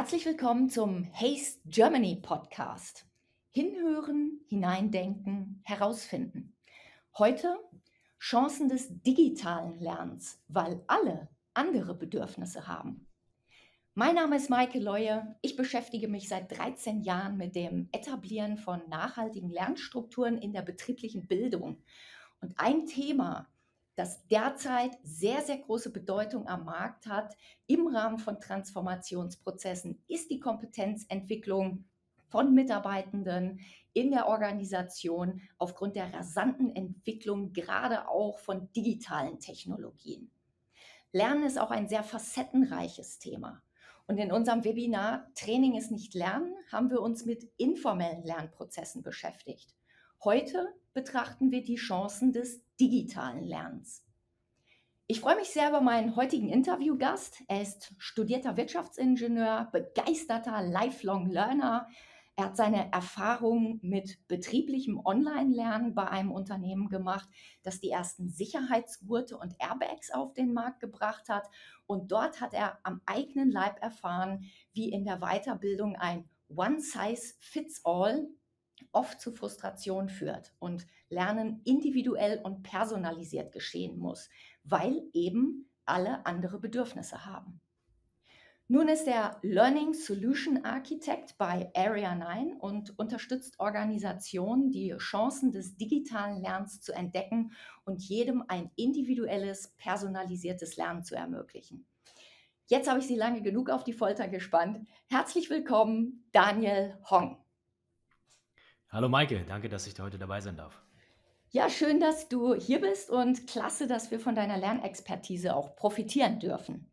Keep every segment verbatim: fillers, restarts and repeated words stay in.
Herzlich willkommen zum Haste Germany Podcast. Hinhören, hineindenken, herausfinden. Heute Chancen des digitalen Lernens, weil alle andere Bedürfnisse haben. Mein Name ist Maike Leue. Ich beschäftige mich seit dreizehn Jahren mit dem Etablieren von nachhaltigen Lernstrukturen in der betrieblichen Bildung. Und ein Thema, das derzeit sehr, sehr große Bedeutung am Markt hat im Rahmen von Transformationsprozessen, ist die Kompetenzentwicklung von Mitarbeitenden in der Organisation aufgrund der rasanten Entwicklung, gerade auch von digitalen Technologien. Lernen ist auch ein sehr facettenreiches Thema. Und in unserem Webinar Training ist nicht Lernen haben wir uns mit informellen Lernprozessen beschäftigt. Heute betrachten wir die Chancen des digitalen Lernens. Ich freue mich sehr über meinen heutigen Interviewgast. Er ist studierter Wirtschaftsingenieur, begeisterter Lifelong Learner. Er hat seine Erfahrungen mit betrieblichem Online-Lernen bei einem Unternehmen gemacht, das die ersten Sicherheitsgurte und Airbags auf den Markt gebracht hat. Und dort hat er am eigenen Leib erfahren, wie in der Weiterbildung ein One-Size-Fits-All oft zu Frustration führt und Lernen individuell und personalisiert geschehen muss, weil eben alle andere Bedürfnisse haben. Nun ist er Learning Solution Architect bei Area neun und unterstützt Organisationen, die Chancen des digitalen Lernens zu entdecken und jedem ein individuelles, personalisiertes Lernen zu ermöglichen. Jetzt habe ich Sie lange genug auf die Folter gespannt. Herzlich willkommen, Daniel Hong. Hallo Maike, danke, dass ich da heute dabei sein darf. Ja, schön, dass du hier bist und klasse, dass wir von deiner Lernexpertise auch profitieren dürfen.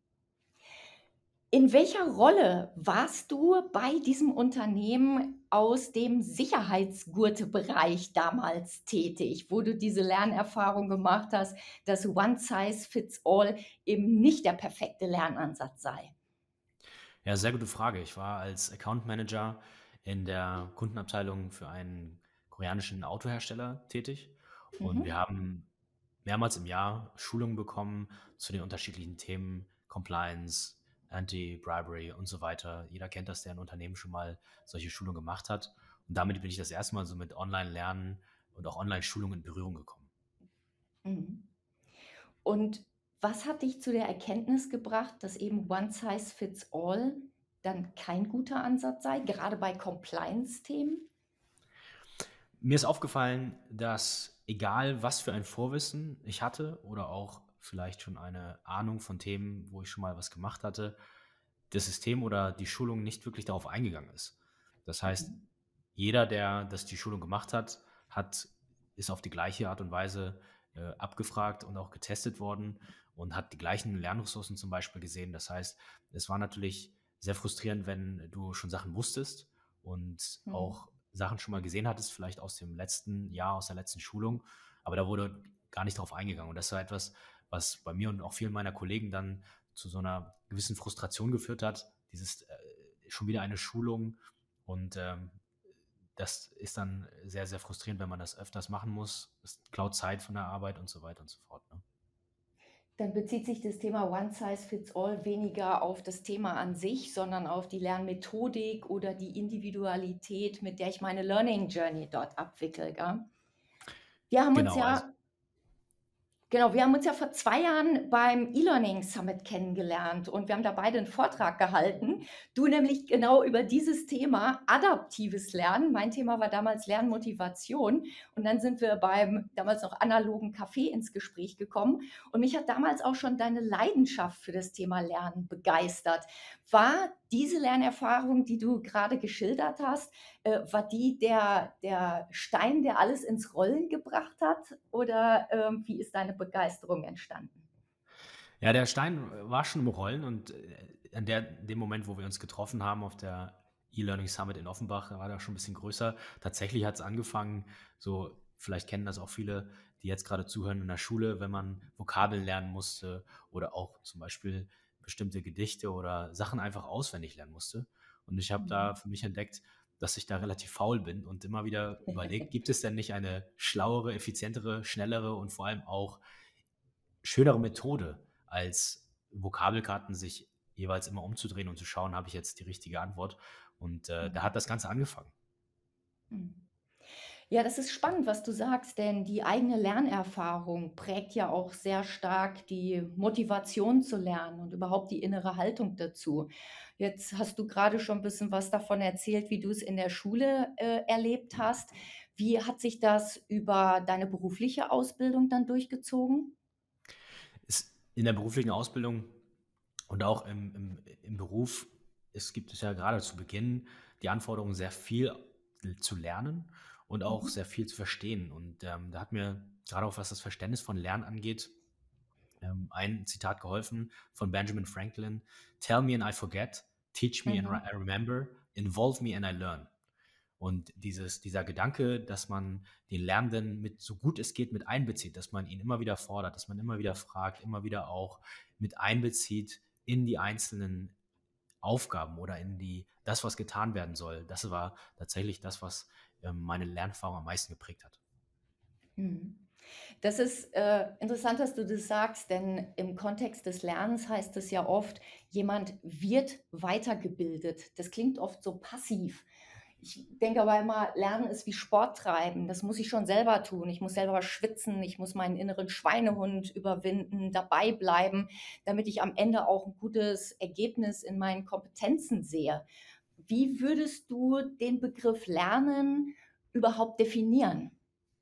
In welcher Rolle warst du bei diesem Unternehmen aus dem Sicherheitsgurtebereich damals tätig, wo du diese Lernerfahrung gemacht hast, dass One Size Fits All eben nicht der perfekte Lernansatz sei? Ja, sehr gute Frage. Ich war als Account Manager in der Kundenabteilung für einen koreanischen Autohersteller tätig und wir Mhm. haben mehrmals im Jahr Schulungen bekommen zu den unterschiedlichen Themen Compliance, Anti-Bribery und so weiter. Jeder kennt das, der ein Unternehmen schon mal solche Schulungen gemacht hat. Und damit bin ich das erste Mal so mit Online-Lernen und auch Online-Schulungen in Berührung gekommen. Mhm. Und was hat dich zu der Erkenntnis gebracht, dass eben One Size Fits All dann kein guter Ansatz sei, gerade bei Compliance-Themen? Mir ist aufgefallen, dass egal was für ein Vorwissen ich hatte oder auch vielleicht schon eine Ahnung von Themen, wo ich schon mal was gemacht hatte, das System oder die Schulung nicht wirklich darauf eingegangen ist. Das heißt, Mhm. jeder, der das die Schulung gemacht hat, hat ist auf die gleiche Art und Weise äh, abgefragt und auch getestet worden und hat die gleichen Lernressourcen zum Beispiel gesehen. Das heißt, es war natürlich sehr frustrierend, wenn du schon Sachen wusstest und Mhm. auch Sachen schon mal gesehen hattest, vielleicht aus dem letzten Jahr, aus der letzten Schulung, aber da wurde gar nicht drauf eingegangen. Und das war etwas, was bei mir und auch vielen meiner Kollegen dann zu so einer gewissen Frustration geführt hat. Dieses äh, schon wieder eine Schulung und ähm, das ist dann sehr, sehr frustrierend, wenn man das öfters machen muss. Das klaut Zeit von der Arbeit und so weiter und so fort. Ne? Dann bezieht sich das Thema One Size Fits All weniger auf das Thema an sich, sondern auf die Lernmethodik oder die Individualität, mit der ich meine Learning Journey dort abwickle. Gell? Wir haben uns Genau, also ja Genau, wir haben uns ja vor zwei Jahren beim E-Learning Summit kennengelernt und wir haben da beide einen Vortrag gehalten. Du nämlich genau über dieses Thema adaptives Lernen. Mein Thema war damals Lernmotivation und dann sind wir beim damals noch analogen Café ins Gespräch gekommen und mich hat damals auch schon deine Leidenschaft für das Thema Lernen begeistert. War diese Lernerfahrung, die du gerade geschildert hast, äh, war die der, der Stein, der alles ins Rollen gebracht hat? Oder ähm, wie ist deine Begeisterung entstanden? ja, der Stein war schon im Rollen und äh, an der, dem Moment, wo wir uns getroffen haben auf der E-Learning Summit in Offenbach, war der schon ein bisschen größer. Tatsächlich hat es angefangen, so vielleicht kennen das auch viele, die jetzt gerade zuhören in der Schule, wenn man Vokabeln lernen musste oder auch zum Beispiel bestimmte Gedichte oder Sachen einfach auswendig lernen musste. Und ich habe da Mhm. für mich entdeckt, dass ich da relativ faul bin und immer wieder überlegt, gibt es denn nicht eine schlauere, effizientere, schnellere und vor allem auch schönere Methode, als Vokabelkarten sich jeweils immer umzudrehen und zu schauen, habe ich jetzt die richtige Antwort. Und äh, da Mhm. hat das Ganze angefangen. Mhm. Ja, das ist spannend, was du sagst, denn die eigene Lernerfahrung prägt ja auch sehr stark die Motivation zu lernen und überhaupt die innere Haltung dazu. Jetzt hast du gerade schon ein bisschen was davon erzählt, wie du es in der Schule, äh, erlebt hast. Wie hat sich das über deine berufliche Ausbildung dann durchgezogen? Ist in der beruflichen Ausbildung und auch im im im Beruf, es gibt es ja gerade zu Beginn die Anforderung, sehr viel zu lernen und auch Mhm. sehr viel zu verstehen. Und, ähm, da hat mir gerade auch, was das Verständnis von Lernen angeht, ähm, ein Zitat geholfen von Benjamin Franklin: „Tell me and I forget, teach me and Mhm. I remember, involve me and I learn." Und dieses dieser Gedanke, dass man den Lernenden mit so gut es geht mit einbezieht, dass man ihn immer wieder fordert, dass man immer wieder fragt, immer wieder auch mit einbezieht in die einzelnen Aufgaben oder in die das, was getan werden soll. Das war tatsächlich das, was, ähm, meine Lernerfahrung am meisten geprägt hat. Mhm. Das ist, äh, interessant, dass du das sagst, denn im Kontext des Lernens heißt es ja oft, jemand wird weitergebildet. Das klingt oft so passiv. Ich denke aber immer, Lernen ist wie Sport treiben. Das muss ich schon selber tun. Ich muss selber schwitzen, ich muss meinen inneren Schweinehund überwinden, dabei bleiben, damit ich am Ende auch ein gutes Ergebnis in meinen Kompetenzen sehe. Wie würdest du den Begriff Lernen überhaupt definieren?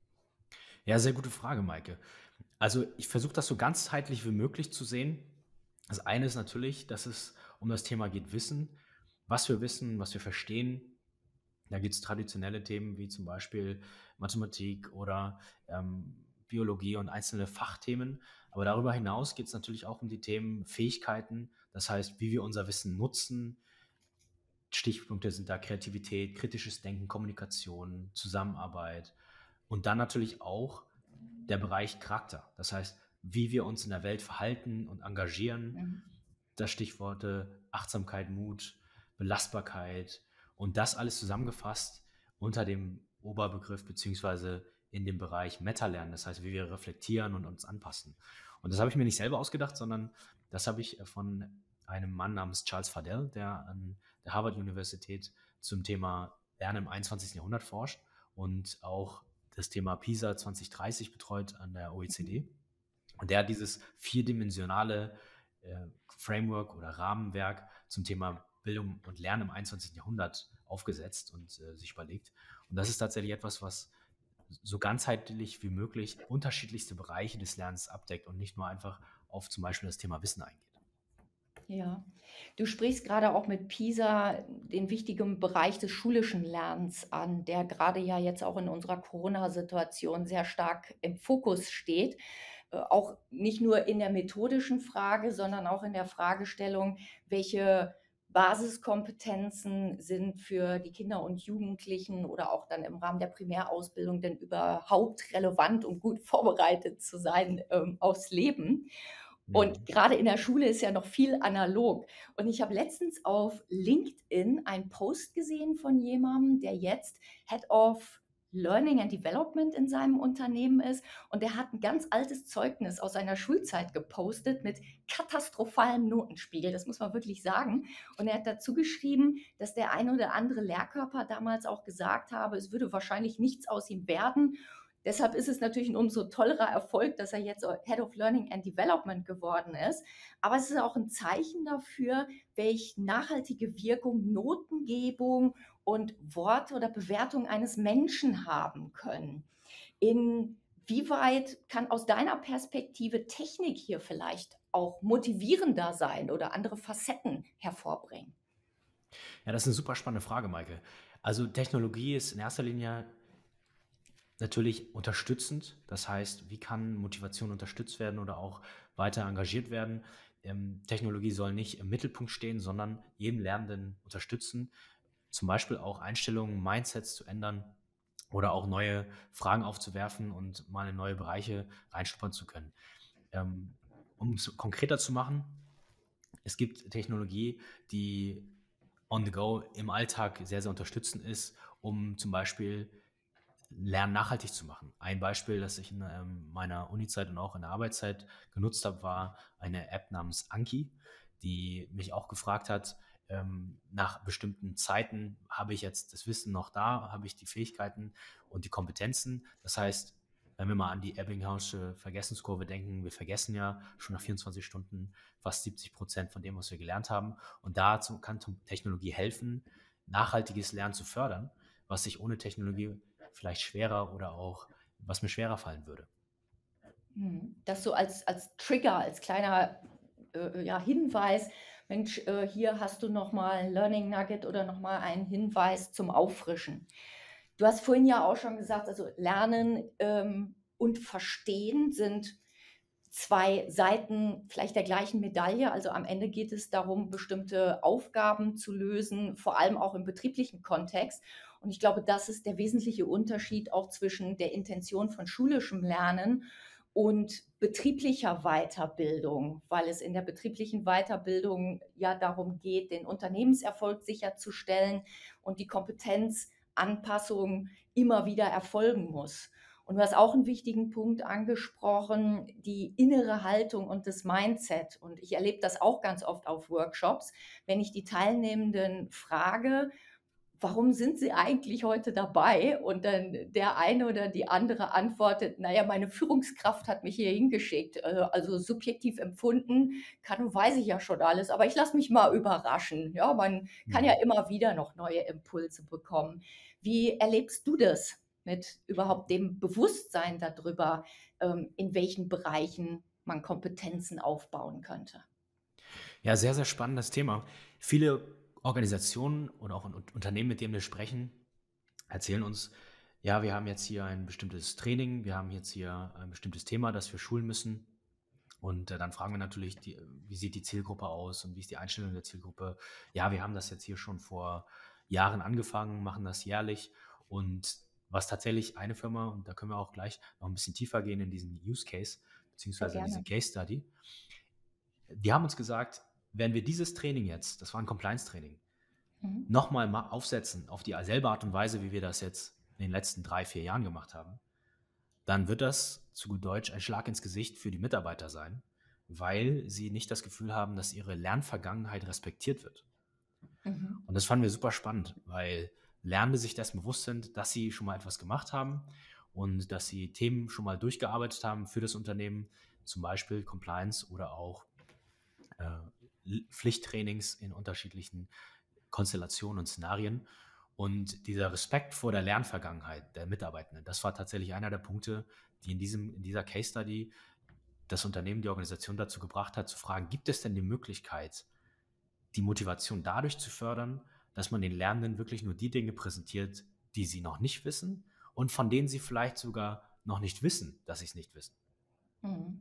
Ja, sehr gute Frage, Maike. Also, ich versuche das so ganzheitlich wie möglich zu sehen. Das eine ist natürlich, dass es um das Thema geht Wissen, was wir wissen, was wir verstehen. Da gibt es traditionelle Themen wie zum Beispiel Mathematik oder, ähm, Biologie und einzelne Fachthemen. Aber darüber hinaus geht es natürlich auch um die Themen Fähigkeiten, das heißt, wie wir unser Wissen nutzen. Stichpunkte sind da Kreativität, kritisches Denken, Kommunikation, Zusammenarbeit und dann natürlich auch der Bereich Charakter. Das heißt, wie wir uns in der Welt verhalten und engagieren. Mhm. Das Stichworte Achtsamkeit, Mut, Belastbarkeit und das alles zusammengefasst unter dem Oberbegriff beziehungsweise in dem Bereich Meta-Lernen. Das heißt, wie wir reflektieren und uns anpassen. Und das habe ich mir nicht selber ausgedacht, sondern das habe ich äh, von einem Mann namens Charles Fadell, der an der Harvard-Universität zum Thema Lernen im einundzwanzigsten. Jahrhundert forscht und auch das Thema PISA zwanzig dreißig betreut an der Mhm. O E C D. Und der hat dieses vierdimensionale äh, Framework oder Rahmenwerk zum Thema Bildung und Lernen im einundzwanzigsten. Jahrhundert aufgesetzt und äh, sich überlegt. Und das ist tatsächlich etwas, was so ganzheitlich wie möglich unterschiedlichste Bereiche des Lernens abdeckt und nicht nur einfach auf zum Beispiel das Thema Wissen eingeht. Ja. Du sprichst gerade auch mit PISA den wichtigen Bereich des schulischen Lernens an, der gerade ja jetzt auch in unserer Corona-Situation sehr stark im Fokus steht. Äh, auch nicht nur in der methodischen Frage, sondern auch in der Fragestellung, welche Basiskompetenzen sind für die Kinder und Jugendlichen oder auch dann im Rahmen der Primärausbildung denn überhaupt relevant, um gut vorbereitet zu sein, ähm, aufs Leben. Und Mhm. gerade in der Schule ist ja noch viel analog. Und ich habe letztens auf LinkedIn einen Post gesehen von jemandem, der jetzt Head of Learning and Development in seinem Unternehmen ist. Und der hat ein ganz altes Zeugnis aus seiner Schulzeit gepostet mit katastrophalem Notenspiegel. Das muss man wirklich sagen. Und er hat dazu geschrieben, dass der ein oder andere Lehrkörper damals auch gesagt habe, es würde wahrscheinlich nichts aus ihm werden. Deshalb ist es natürlich ein umso tollerer Erfolg, dass er jetzt Head of Learning and Development geworden ist. Aber es ist auch ein Zeichen dafür, welch nachhaltige Wirkung Notengebung und Worte oder Bewertung eines Menschen haben können. Inwieweit kann aus deiner Perspektive Technik hier vielleicht auch motivierender sein oder andere Facetten hervorbringen? Ja, das ist eine super spannende Frage, Maike. Also Technologie ist in erster Linie natürlich unterstützend. Das heißt, wie kann Motivation unterstützt werden oder auch weiter engagiert werden? Ähm, Technologie soll nicht im Mittelpunkt stehen, sondern jedem Lernenden unterstützen, zum Beispiel auch Einstellungen, Mindsets zu ändern oder auch neue Fragen aufzuwerfen und mal in neue Bereiche reinschnuppern zu können. Ähm, um es konkreter zu machen, es gibt Technologie, die on the go im Alltag sehr, sehr unterstützend ist, um zum Beispiel Lernen nachhaltig zu machen. Ein Beispiel, das ich in ähm, meiner Unizeit und auch in der Arbeitszeit genutzt habe, war eine App namens Anki. die mich auch gefragt hat, ähm, nach bestimmten Zeiten, habe ich jetzt das Wissen noch da, habe ich die Fähigkeiten und die Kompetenzen. Das heißt, wenn wir mal an die Ebbinghaus'sche Vergessenskurve denken, wir vergessen ja schon nach vierundzwanzig Stunden fast siebzig Prozent von dem, was wir gelernt haben. Und dazu kann Technologie helfen, nachhaltiges Lernen zu fördern, was sich ohne Technologie vielleicht schwerer oder auch, was mir schwerer fallen würde. Hm, das so als als Trigger, als kleiner, äh, ja, Hinweis: „Mensch, äh, hier hast du noch mal 'n Learning Nugget oder noch mal einen Hinweis zum Auffrischen.“ Du hast vorhin ja auch schon gesagt, also Lernen, ähm, und Verstehen sind zwei Seiten vielleicht der gleichen Medaille. Also am Ende geht es darum, bestimmte Aufgaben zu lösen, vor allem auch im betrieblichen Kontext. Und ich glaube, das ist der wesentliche Unterschied auch zwischen der Intention von schulischem Lernen und betrieblicher Weiterbildung, weil es in der betrieblichen Weiterbildung ja darum geht, den Unternehmenserfolg sicherzustellen und die Kompetenzanpassung immer wieder erfolgen muss. Und du hast auch einen wichtigen Punkt angesprochen, die innere Haltung und das Mindset. Und ich erlebe das auch ganz oft auf Workshops, wenn ich die Teilnehmenden frage: „Warum sind Sie eigentlich heute dabei?“ Und dann der eine oder die andere antwortet: „Na ja, meine Führungskraft hat mich hier hingeschickt. Äh, also subjektiv empfunden kann weiß ich ja schon alles, aber ich lasse mich mal überraschen.“ Ja, man kann ja Mhm. immer wieder noch neue Impulse bekommen. Wie erlebst du das mit überhaupt dem Bewusstsein darüber, ähm, in welchen Bereichen man Kompetenzen aufbauen könnte? Ja, sehr, sehr spannendes Thema. Viele Organisationen oder auch Un Unternehmen, mit denen wir sprechen, erzählen uns, ja, wir haben jetzt hier ein bestimmtes Training, wir haben jetzt hier ein bestimmtes Thema, das wir schulen müssen. Und äh, dann fragen wir natürlich, die, äh, wie sieht die Zielgruppe aus und wie ist die Einstellung der Zielgruppe? Ja, wir haben das jetzt hier schon vor Jahren angefangen, machen das jährlich. Und was tatsächlich eine Firma, und da können wir auch gleich noch ein bisschen tiefer gehen in diesen Use Case, Sehr beziehungsweise in diese gerne. Case Study, die haben uns gesagt, wenn wir dieses Training jetzt, das war ein Compliance-Training, Mhm. nochmal mal aufsetzen auf dieselbe Art und Weise, wie wir das jetzt in den letzten drei, vier Jahren gemacht haben, dann wird das zu gut Deutsch ein Schlag ins Gesicht für die Mitarbeiter sein, weil sie nicht das Gefühl haben, dass ihre Lernvergangenheit respektiert wird. Mhm. Und das fanden wir super spannend, weil Lernende sich dessen bewusst sind, dass sie schon mal etwas gemacht haben und dass sie Themen schon mal durchgearbeitet haben für das Unternehmen, zum Beispiel Compliance oder auch äh, Pflichttrainings in unterschiedlichen Konstellationen und Szenarien. Und dieser Respekt vor der Lernvergangenheit der Mitarbeitenden, das war tatsächlich einer der Punkte, die in, diesem, in dieser Case Study das Unternehmen, die Organisation dazu gebracht hat, zu fragen, gibt es denn die Möglichkeit, die Motivation dadurch zu fördern, dass man den Lernenden wirklich nur die Dinge präsentiert, die sie noch nicht wissen und von denen sie vielleicht sogar noch nicht wissen, dass sie es nicht wissen. Mhm.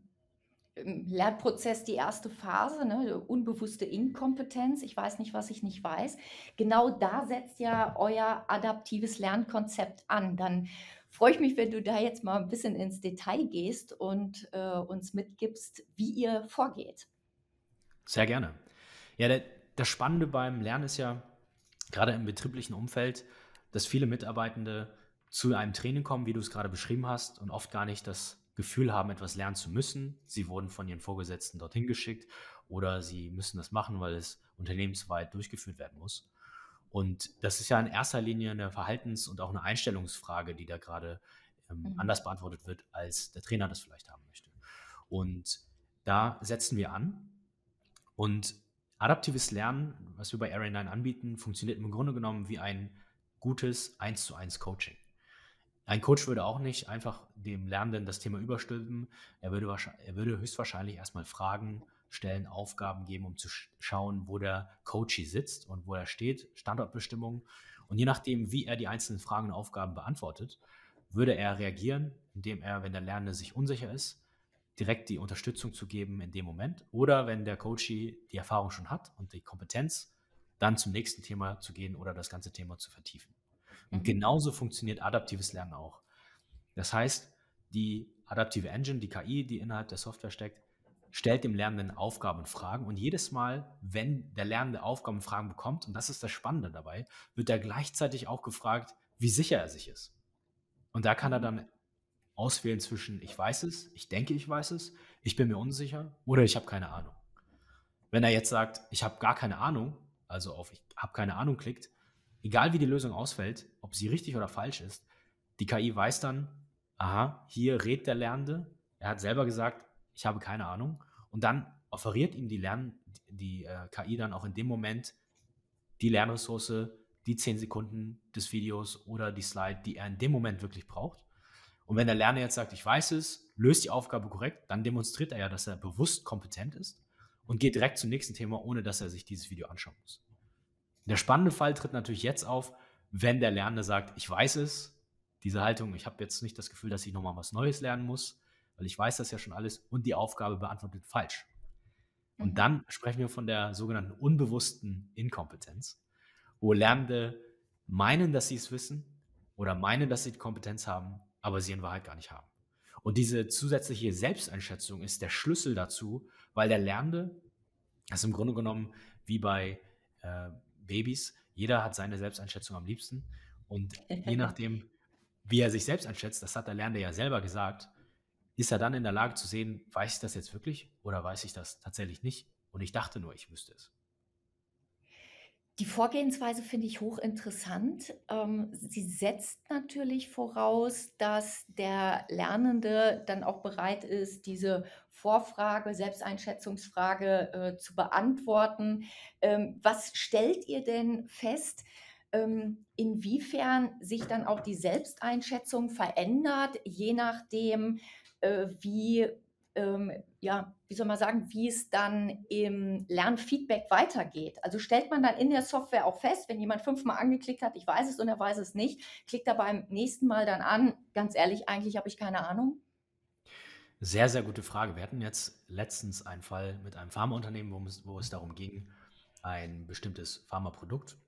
Im Lernprozess die erste Phase, ne, unbewusste Inkompetenz. Ich weiß nicht, was ich nicht weiß. Genau da setzt ja euer adaptives Lernkonzept an. Dann freue ich mich, wenn du da jetzt mal ein bisschen ins Detail gehst und äh, uns mitgibst, wie ihr vorgeht. Sehr gerne. Ja, der, das Spannende beim Lernen ist ja, gerade im betrieblichen Umfeld, dass viele Mitarbeitende zu einem Training kommen, wie du es gerade beschrieben hast, und oft gar nicht das Gefühl haben, etwas lernen zu müssen. Sie wurden von ihren Vorgesetzten dorthin geschickt oder sie müssen das machen, weil es unternehmensweit durchgeführt werden muss. Und das ist ja in erster Linie eine Verhaltens- und auch eine Einstellungsfrage, die da gerade ähm, Mhm. anders beantwortet wird, als der Trainer das vielleicht haben möchte. Und da setzen wir an und adaptives Lernen, was wir bei Area neun anbieten, funktioniert im Grunde genommen wie ein gutes eins zu eins Coaching. Ein Coach würde auch nicht einfach dem Lernenden das Thema überstülpen. Er würde, er würde höchstwahrscheinlich erstmal Fragen stellen, Aufgaben geben, um zu schauen, wo der Coachee sitzt und wo er steht, Standortbestimmung. Und je nachdem, wie er die einzelnen Fragen und Aufgaben beantwortet, würde er reagieren, indem er, wenn der Lernende sich unsicher ist, direkt die Unterstützung zu geben in dem Moment. Oder wenn der Coachee die Erfahrung schon hat und die Kompetenz, dann zum nächsten Thema zu gehen oder das ganze Thema zu vertiefen. Und Mhm. genauso funktioniert adaptives Lernen auch. Das heißt, die adaptive Engine, die K I, die innerhalb der Software steckt, stellt dem Lernenden Aufgaben und Fragen. Und jedes Mal, wenn der Lernende Aufgaben und Fragen bekommt, und das ist das Spannende dabei, wird er gleichzeitig auch gefragt, wie sicher er sich ist. Und da kann er Mhm. dann auswählen zwischen ich weiß es, ich denke, ich weiß es, ich bin mir unsicher oder ich habe keine Ahnung. Wenn er jetzt sagt, ich habe gar keine Ahnung, also auf ich habe keine Ahnung klickt, egal wie die Lösung ausfällt, ob sie richtig oder falsch ist, die K I weiß dann, aha, hier rät der Lernende, er hat selber gesagt, ich habe keine Ahnung, und dann offeriert ihm die, Lern, die äh, K I dann auch in dem Moment die Lernressource, die zehn Sekunden des Videos oder die Slide, die er in dem Moment wirklich braucht. Und wenn der Lerner jetzt sagt, ich weiß es, löst die Aufgabe korrekt, dann demonstriert er ja, dass er bewusst kompetent ist und geht direkt zum nächsten Thema, ohne dass er sich dieses Video anschauen muss. Der spannende Fall tritt natürlich jetzt auf, wenn der Lernende sagt, ich weiß es, diese Haltung, ich habe jetzt nicht das Gefühl, dass ich nochmal was Neues lernen muss, weil ich weiß das ja schon alles, und die Aufgabe beantwortet falsch. Und Mhm. dann sprechen wir von der sogenannten unbewussten Inkompetenz, wo Lernende meinen, dass sie es wissen oder meinen, dass sie die Kompetenz haben, aber sie in Wahrheit gar nicht haben. Und diese zusätzliche Selbsteinschätzung ist der Schlüssel dazu, weil der Lernende, das ist im Grunde genommen wie bei äh, Babys, jeder hat seine Selbsteinschätzung am liebsten, und je nachdem, wie er sich selbst einschätzt, das hat der Lernende ja selber gesagt, ist er dann in der Lage zu sehen, weiß ich das jetzt wirklich oder weiß ich das tatsächlich nicht? Und ich dachte nur, ich wüsste es. Die Vorgehensweise finde ich hochinteressant. Ähm, sie setzt natürlich voraus, dass der Lernende dann auch bereit ist, diese Vorfrage, Selbsteinschätzungsfrage äh, zu beantworten. Ähm, was stellt ihr denn fest, ähm, inwiefern sich dann auch die Selbsteinschätzung verändert, je nachdem, äh, wie ähm, ja, wie soll man sagen, wie es dann im Lernfeedback weitergeht. Also stellt man dann in der Software auch fest, wenn jemand fünfmal angeklickt hat, ich weiß es und er weiß es nicht, klickt er beim nächsten Mal dann an, ganz ehrlich, eigentlich habe ich keine Ahnung. Sehr, sehr gute Frage. Wir hatten jetzt letztens einen Fall mit einem Pharmaunternehmen, wo es, wo es darum ging, ein bestimmtes Pharmaprodukt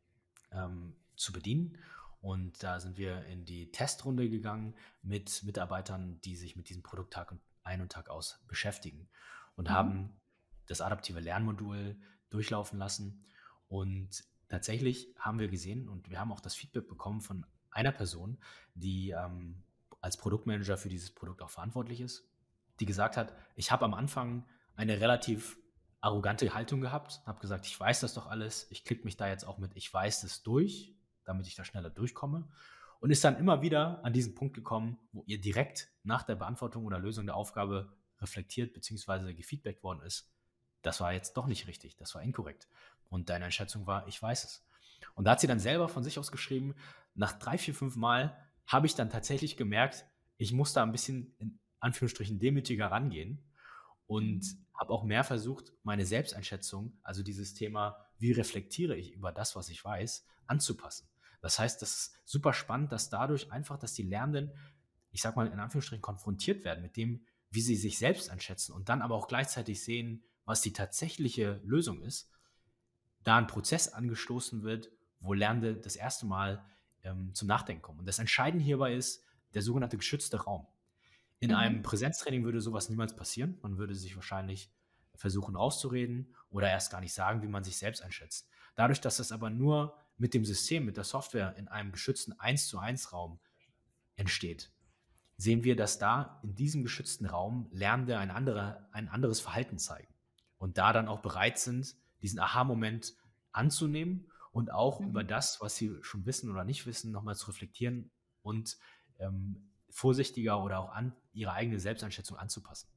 ähm, zu bedienen. Und da sind wir in die Testrunde gegangen mit Mitarbeitern, die sich mit diesem Produkt Tag und ein und Tag aus beschäftigen, und Mhm. haben das adaptive Lernmodul durchlaufen lassen. Und tatsächlich haben wir gesehen, und wir haben auch das Feedback bekommen von einer Person, die ähm, als Produktmanager für dieses Produkt auch verantwortlich ist, die gesagt hat, ich habe am Anfang eine relativ arrogante Haltung gehabt, habe gesagt, ich weiß das doch alles, ich klicke mich da jetzt auch mit, ich weiß das durch, damit ich da schneller durchkomme, und ist dann immer wieder an diesen Punkt gekommen, wo ihr direkt nach der Beantwortung oder Lösung der Aufgabe reflektiert bzw. gefeedbackt worden ist, das war jetzt doch nicht richtig, das war inkorrekt. Und deine Einschätzung war, ich weiß es. Und da hat sie dann selber von sich aus geschrieben, nach drei, vier, fünf Mal habe ich dann tatsächlich gemerkt, ich muss da ein bisschen in Anführungsstrichen demütiger rangehen und Mhm. habe auch mehr versucht, meine Selbsteinschätzung, also dieses Thema, wie reflektiere ich über das, was ich weiß, anzupassen. Das heißt, das ist super spannend, dass dadurch einfach, dass die Lernenden, ich sag mal in Anführungsstrichen, konfrontiert werden mit dem, wie sie sich selbst einschätzen und dann aber auch gleichzeitig sehen, was die tatsächliche Lösung ist, da ein Prozess angestoßen wird, wo Lernende das erste Mal ähm, zum Nachdenken kommen. Und das Entscheidende hierbei ist der sogenannte geschützte Raum. In einem Mhm. Präsenztraining würde sowas niemals passieren. Man würde sich wahrscheinlich versuchen rauszureden oder erst gar nicht sagen, wie man sich selbst einschätzt. Dadurch, dass das aber nur mit dem System, mit der Software in einem geschützten eins zu eins Raum entsteht, sehen wir, dass da in diesem geschützten Raum Lernende ein, andere, ein anderes Verhalten zeigen und da dann auch bereit sind, diesen Aha-Moment anzunehmen und auch über Mhm. das, was sie schon wissen oder nicht wissen, nochmal zu reflektieren und ähm, vorsichtiger oder auch an ihre eigene Selbsteinschätzung anzupassen.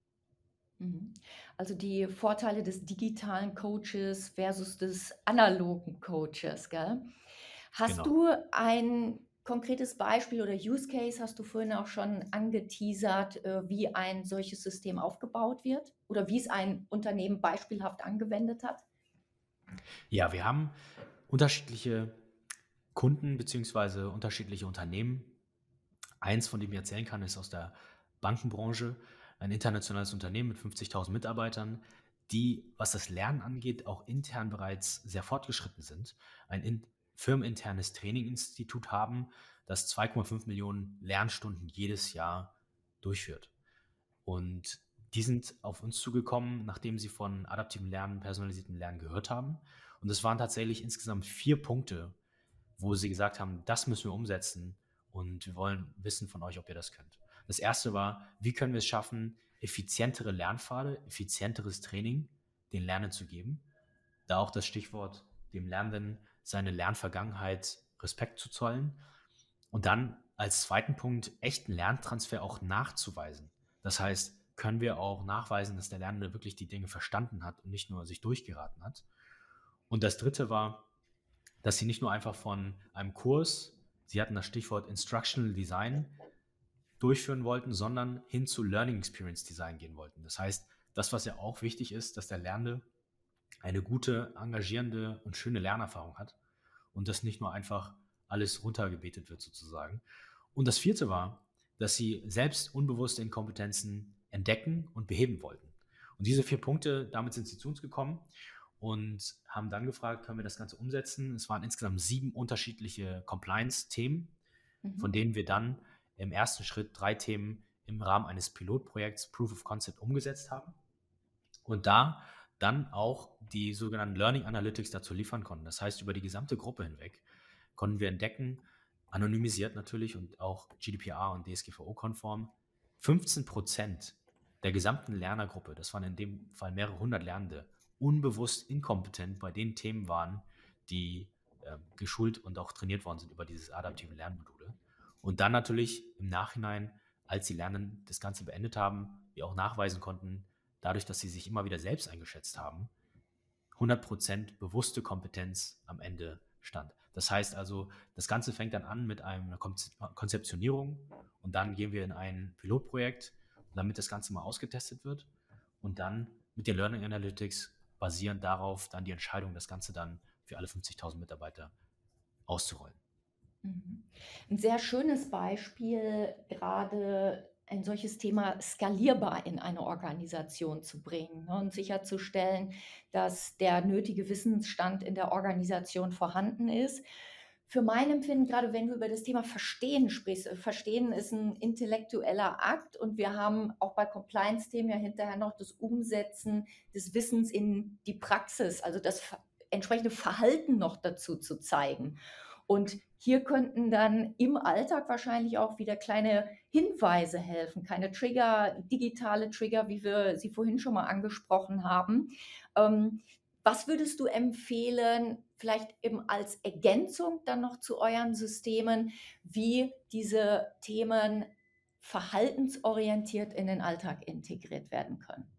Mhm. Also die Vorteile des digitalen Coaches versus des analogen Coaches, gell? Hast Genau. du ein konkretes Beispiel oder Use Case, hast du vorhin auch schon angeteasert, äh, wie ein solches System aufgebaut wird oder wie es ein Unternehmen beispielhaft angewendet hat? Ja, wir haben unterschiedliche Kunden bzw. unterschiedliche Unternehmen. Eins, von dem ich erzählen kann, ist aus der Bankenbranche, ein internationales Unternehmen mit fünfzigtausend Mitarbeitern, die, was das Lernen angeht, auch intern bereits sehr fortgeschritten sind. Ein in, firmeninternes Traininginstitut haben, das zwei Komma fünf Millionen Lernstunden jedes Jahr durchführt. Und die sind auf uns zugekommen, nachdem sie von adaptivem Lernen, personalisiertem Lernen gehört haben. Und es waren tatsächlich insgesamt vier Punkte, wo sie gesagt haben, das müssen wir umsetzen und wir wollen wissen von euch, ob ihr das könnt. Das erste war, wie können wir es schaffen, effizientere Lernpfade, effizienteres Training den Lernenden zu geben. Da auch das Stichwort, dem Lernenden seine Lernvergangenheit Respekt zu zollen. Und dann als zweiten Punkt, echten Lerntransfer auch nachzuweisen. Das heißt, können wir auch nachweisen, dass der Lernende wirklich die Dinge verstanden hat und nicht nur sich durchgeraten hat. Und das dritte war, dass sie nicht nur einfach von einem Kurs, sie hatten das Stichwort Instructional Design, durchführen wollten, sondern hin zu Learning Experience Design gehen wollten. Das heißt, das, was ja auch wichtig ist, dass der Lernende eine gute, engagierende und schöne Lernerfahrung hat und das nicht nur einfach alles runtergebetet wird sozusagen. Und das vierte war, dass sie selbst unbewusste Inkompetenzen entdecken und beheben wollten. Und diese vier Punkte, damit sind sie zu uns gekommen und haben dann gefragt, können wir das Ganze umsetzen? Es waren insgesamt sieben unterschiedliche Compliance-Themen, von Mhm. denen wir dann im ersten Schritt drei Themen im Rahmen eines Pilotprojekts Proof of Concept umgesetzt haben und da dann auch die sogenannten Learning Analytics dazu liefern konnten. Das heißt, über die gesamte Gruppe hinweg konnten wir entdecken, anonymisiert natürlich und auch G D P R und D S G V O-konform, fünfzehn Prozent der gesamten Lernergruppe, das waren in dem Fall mehrere hundert Lernende, unbewusst inkompetent bei den Themen waren, die äh, geschult und auch trainiert worden sind über dieses adaptive Lernmodule. Und dann natürlich im Nachhinein, als die Lernenden das Ganze beendet haben, wir auch nachweisen konnten, dadurch, dass sie sich immer wieder selbst eingeschätzt haben, hundert Prozent bewusste Kompetenz am Ende stand. Das heißt also, das Ganze fängt dann an mit einer Konzeptionierung und dann gehen wir in ein Pilotprojekt, damit das Ganze mal ausgetestet wird und dann mit den Learning Analytics basierend darauf dann die Entscheidung, das Ganze dann für alle fünfzigtausend Mitarbeiter auszurollen. Mhm. Ein sehr schönes Beispiel, gerade ein solches Thema skalierbar in eine Organisation zu bringen, ne, und sicherzustellen, dass der nötige Wissensstand in der Organisation vorhanden ist. Für mein Empfinden, gerade wenn du über das Thema Verstehen sprichst, äh, Verstehen ist ein intellektueller Akt und wir haben auch bei Compliance-Themen ja hinterher noch das Umsetzen des Wissens in die Praxis, also das ver- entsprechende Verhalten noch dazu zu zeigen. Und hier könnten dann im Alltag wahrscheinlich auch wieder kleine Hinweise helfen, keine Trigger, digitale Trigger, wie wir sie vorhin schon mal angesprochen haben. Ähm, was würdest du empfehlen, vielleicht eben als Ergänzung dann noch zu euren Systemen, wie diese Themen verhaltensorientiert in den Alltag integriert werden können?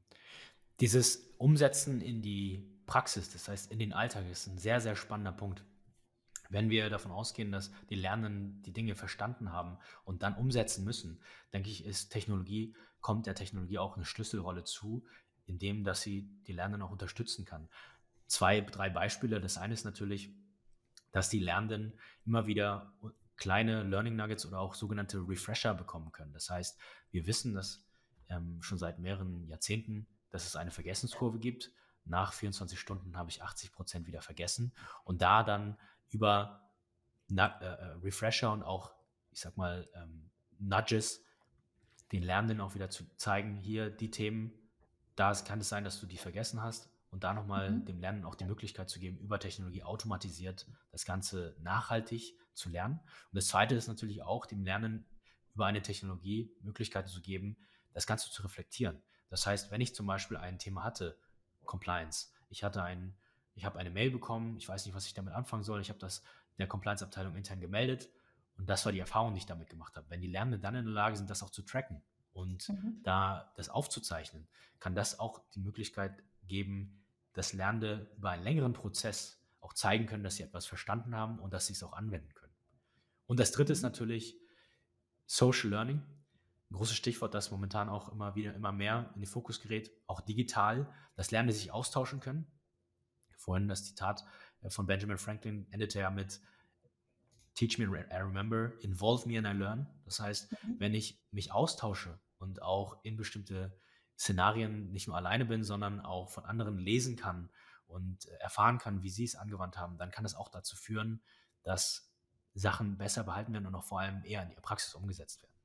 Dieses Umsetzen in die Praxis, das heißt in den Alltag, ist ein sehr, sehr spannender Punkt. Wenn wir davon ausgehen, dass die Lernenden die Dinge verstanden haben und dann umsetzen müssen, denke ich, ist Technologie, kommt der Technologie auch eine Schlüsselrolle zu, indem dass sie die Lernenden auch unterstützen kann. Zwei, drei Beispiele. Das eine ist natürlich, dass die Lernenden immer wieder kleine Learning Nuggets oder auch sogenannte Refresher bekommen können. Das heißt, wir wissen, dass ähm, schon seit mehreren Jahrzehnten, dass es eine Vergessenskurve gibt. Nach vierundzwanzig Stunden habe ich achtzig Prozent wieder vergessen. Und da dann über Na äh, äh, Refresher und auch, ich sag mal, ähm, Nudges den Lernenden auch wieder zu zeigen, hier die Themen, da kann es sein, dass du die vergessen hast und da nochmal Mhm. dem Lernen auch die Möglichkeit zu geben, über Technologie automatisiert das Ganze nachhaltig zu lernen. Und das Zweite ist natürlich auch, dem Lernen über eine Technologie Möglichkeiten zu geben, das Ganze zu reflektieren. Das heißt, wenn ich zum Beispiel ein Thema hatte, Compliance, ich hatte ein, ich habe eine Mail bekommen, ich weiß nicht, was ich damit anfangen soll, ich habe das der Compliance-Abteilung intern gemeldet und das war die Erfahrung, die ich damit gemacht habe. Wenn die Lernenden dann in der Lage sind, das auch zu tracken und Mhm. da das aufzuzeichnen, kann das auch die Möglichkeit geben, dass Lernende über einen längeren Prozess auch zeigen können, dass sie etwas verstanden haben und dass sie es auch anwenden können. Und das dritte ist Mhm. natürlich Social Learning. Ein großes Stichwort, das momentan auch immer wieder immer mehr in den Fokus gerät, auch digital, dass Lernende sich austauschen können. Vorhin das Zitat äh, von Benjamin Franklin endete ja mit Teach me, I remember, involve me and I learn. Das heißt, Mhm. wenn ich mich austausche und auch in bestimmte Szenarien nicht nur alleine bin, sondern auch von anderen lesen kann und erfahren kann, wie sie es angewandt haben, dann kann das auch dazu führen, dass Sachen besser behalten werden und auch vor allem eher in die Praxis umgesetzt werden.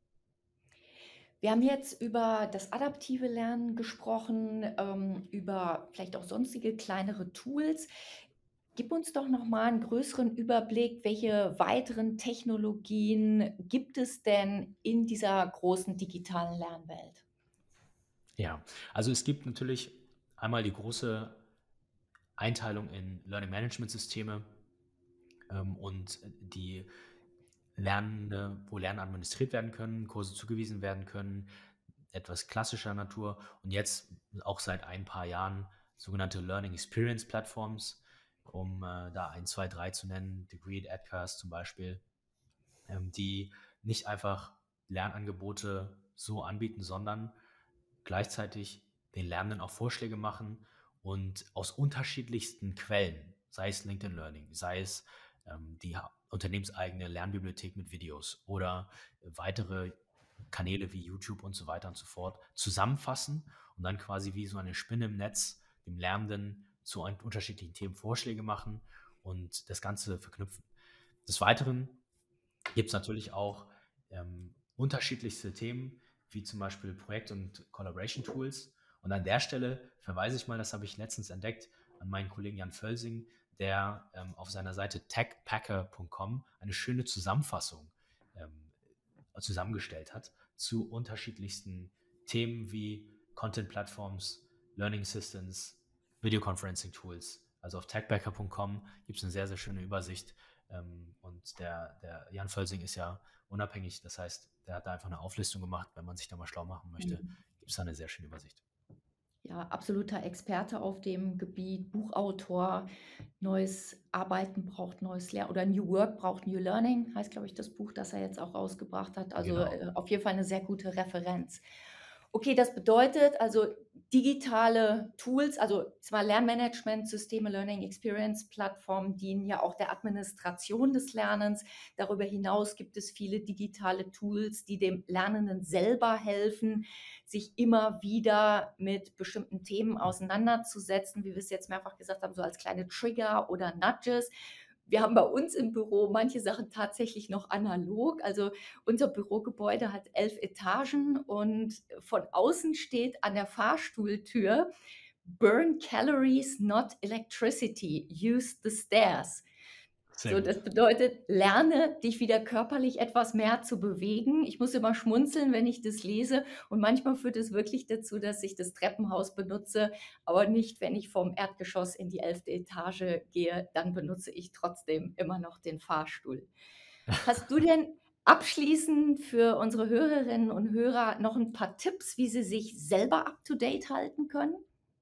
Wir haben jetzt über das adaptive Lernen gesprochen, ähm, über vielleicht auch sonstige kleinere Tools. Gib uns doch noch mal einen größeren Überblick, welche weiteren Technologien gibt es denn in dieser großen digitalen Lernwelt? Ja, also es gibt natürlich einmal die große Einteilung in Learning Management Systeme ähm, und die Lernende, wo Lernen administriert werden können, Kurse zugewiesen werden können, etwas klassischer Natur und jetzt auch seit ein paar Jahren sogenannte Learning Experience Plattforms, um äh, da ein, zwei, drei zu nennen, Degreed, Edcast zum Beispiel, ähm, die nicht einfach Lernangebote so anbieten, sondern gleichzeitig den Lernenden auch Vorschläge machen und aus unterschiedlichsten Quellen, sei es LinkedIn Learning, sei es ähm, die ha- unternehmenseigene Lernbibliothek mit Videos oder weitere Kanäle wie YouTube und so weiter und so fort, zusammenfassen und dann quasi wie so eine Spinne im Netz dem Lernenden zu un- unterschiedlichen Themen Vorschläge machen und das Ganze verknüpfen. Des Weiteren gibt es natürlich auch ähm, unterschiedlichste Themen, wie zum Beispiel Projekt- und Collaboration-Tools. Und an der Stelle verweise ich mal, das habe ich letztens entdeckt, an meinen Kollegen Jan Völsing, der ähm, auf seiner Seite techpacker punkt com eine schöne Zusammenfassung ähm, zusammengestellt hat zu unterschiedlichsten Themen wie Content-Plattforms, Learning Assistants, Videoconferencing-Tools. Also auf techpacker punkt com gibt es eine sehr, sehr schöne Übersicht. Ähm, und der, der Jan Völsing ist ja unabhängig, das heißt, der hat da einfach eine Auflistung gemacht. Wenn man sich da mal schlau machen möchte, Mhm. gibt es da eine sehr schöne Übersicht. Ja, absoluter Experte auf dem Gebiet, Buchautor. Neues Arbeiten braucht neues Lernen oder New Work braucht New Learning, heißt, glaube ich, das Buch, das er jetzt auch rausgebracht hat. Also Genau. äh, auf jeden Fall eine sehr gute Referenz. Okay, das bedeutet also digitale Tools, also zwar Lernmanagementsysteme, Learning Experience Plattformen dienen ja auch der Administration des Lernens. Darüber hinaus gibt es viele digitale Tools, die dem Lernenden selber helfen, sich immer wieder mit bestimmten Themen auseinanderzusetzen, wie wir es jetzt mehrfach gesagt haben, so als kleine Trigger oder Nudges. Wir haben bei uns im Büro manche Sachen tatsächlich noch analog. Also unser Bürogebäude hat elf Etagen und von außen steht an der Fahrstuhltür: Burn calories, not electricity. Use the stairs. Sehr So, gut. das bedeutet, lerne dich wieder körperlich etwas mehr zu bewegen. Ich muss immer schmunzeln, wenn ich das lese. Und manchmal führt es wirklich dazu, dass ich das Treppenhaus benutze, aber nicht, wenn ich vom Erdgeschoss in die elfte Etage gehe. Dann benutze ich trotzdem immer noch den Fahrstuhl. Hast du denn abschließend für unsere Hörerinnen und Hörer noch ein paar Tipps, wie sie sich selber up-to-date halten können?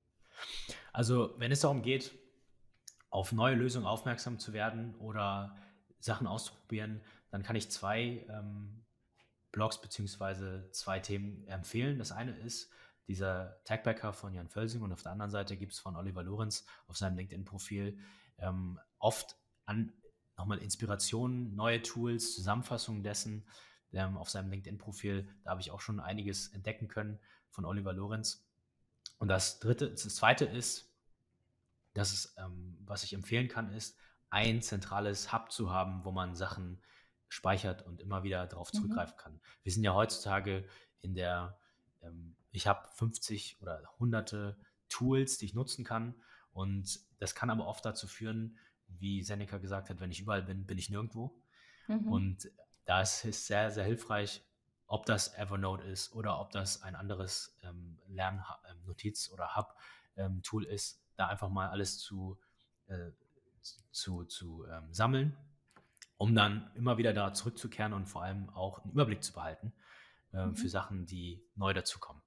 Also, wenn es darum geht, auf neue Lösungen aufmerksam zu werden oder Sachen auszuprobieren, dann kann ich zwei ähm, Blogs beziehungsweise zwei Themen empfehlen. Das eine ist dieser Tagbacker von Jan Völsing und auf der anderen Seite gibt es von Oliver Lorenz auf seinem LinkedIn-Profil ähm, oft an nochmal Inspirationen, neue Tools, Zusammenfassungen dessen ähm, auf seinem LinkedIn-Profil. Da habe ich auch schon einiges entdecken können von Oliver Lorenz. Und das dritte, das zweite ist, dass es, ähm, was ich empfehlen kann, ist, ein zentrales Hub zu haben, wo man Sachen speichert und immer wieder darauf Mhm. zurückgreifen kann. Wir sind ja heutzutage in der, ähm, ich habe fünfzig oder hunderte Tools, die ich nutzen kann und das kann aber oft dazu führen, wie Seneca gesagt hat, wenn ich überall bin, bin ich nirgendwo. Mhm. Und da ist es sehr, sehr hilfreich, ob das Evernote ist oder ob das ein anderes ähm, Lernnotiz- oder Hub-Tool ist, da einfach mal alles zu, äh, zu, zu ähm, sammeln, um dann immer wieder da zurückzukehren und vor allem auch einen Überblick zu behalten äh, für Mhm. Sachen, die neu dazukommen.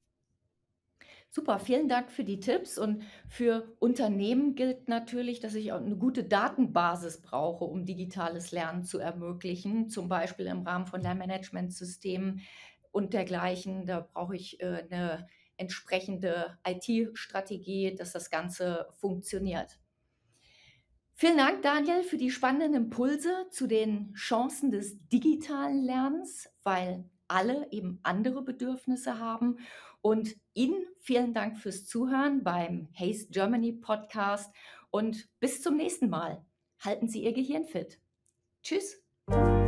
Super, vielen Dank für die Tipps. Und für Unternehmen gilt natürlich, dass ich auch eine gute Datenbasis brauche, um digitales Lernen zu ermöglichen, zum Beispiel im Rahmen von Lernmanagementsystemen und dergleichen. Da brauche ich äh, eine entsprechende I T-Strategie, dass das Ganze funktioniert. Vielen Dank, Daniel, für die spannenden Impulse zu den Chancen des digitalen Lernens, weil alle eben andere Bedürfnisse haben. Und Ihnen vielen Dank fürs Zuhören beim Haste Germany Podcast und bis zum nächsten Mal. Halten Sie Ihr Gehirn fit. Tschüss.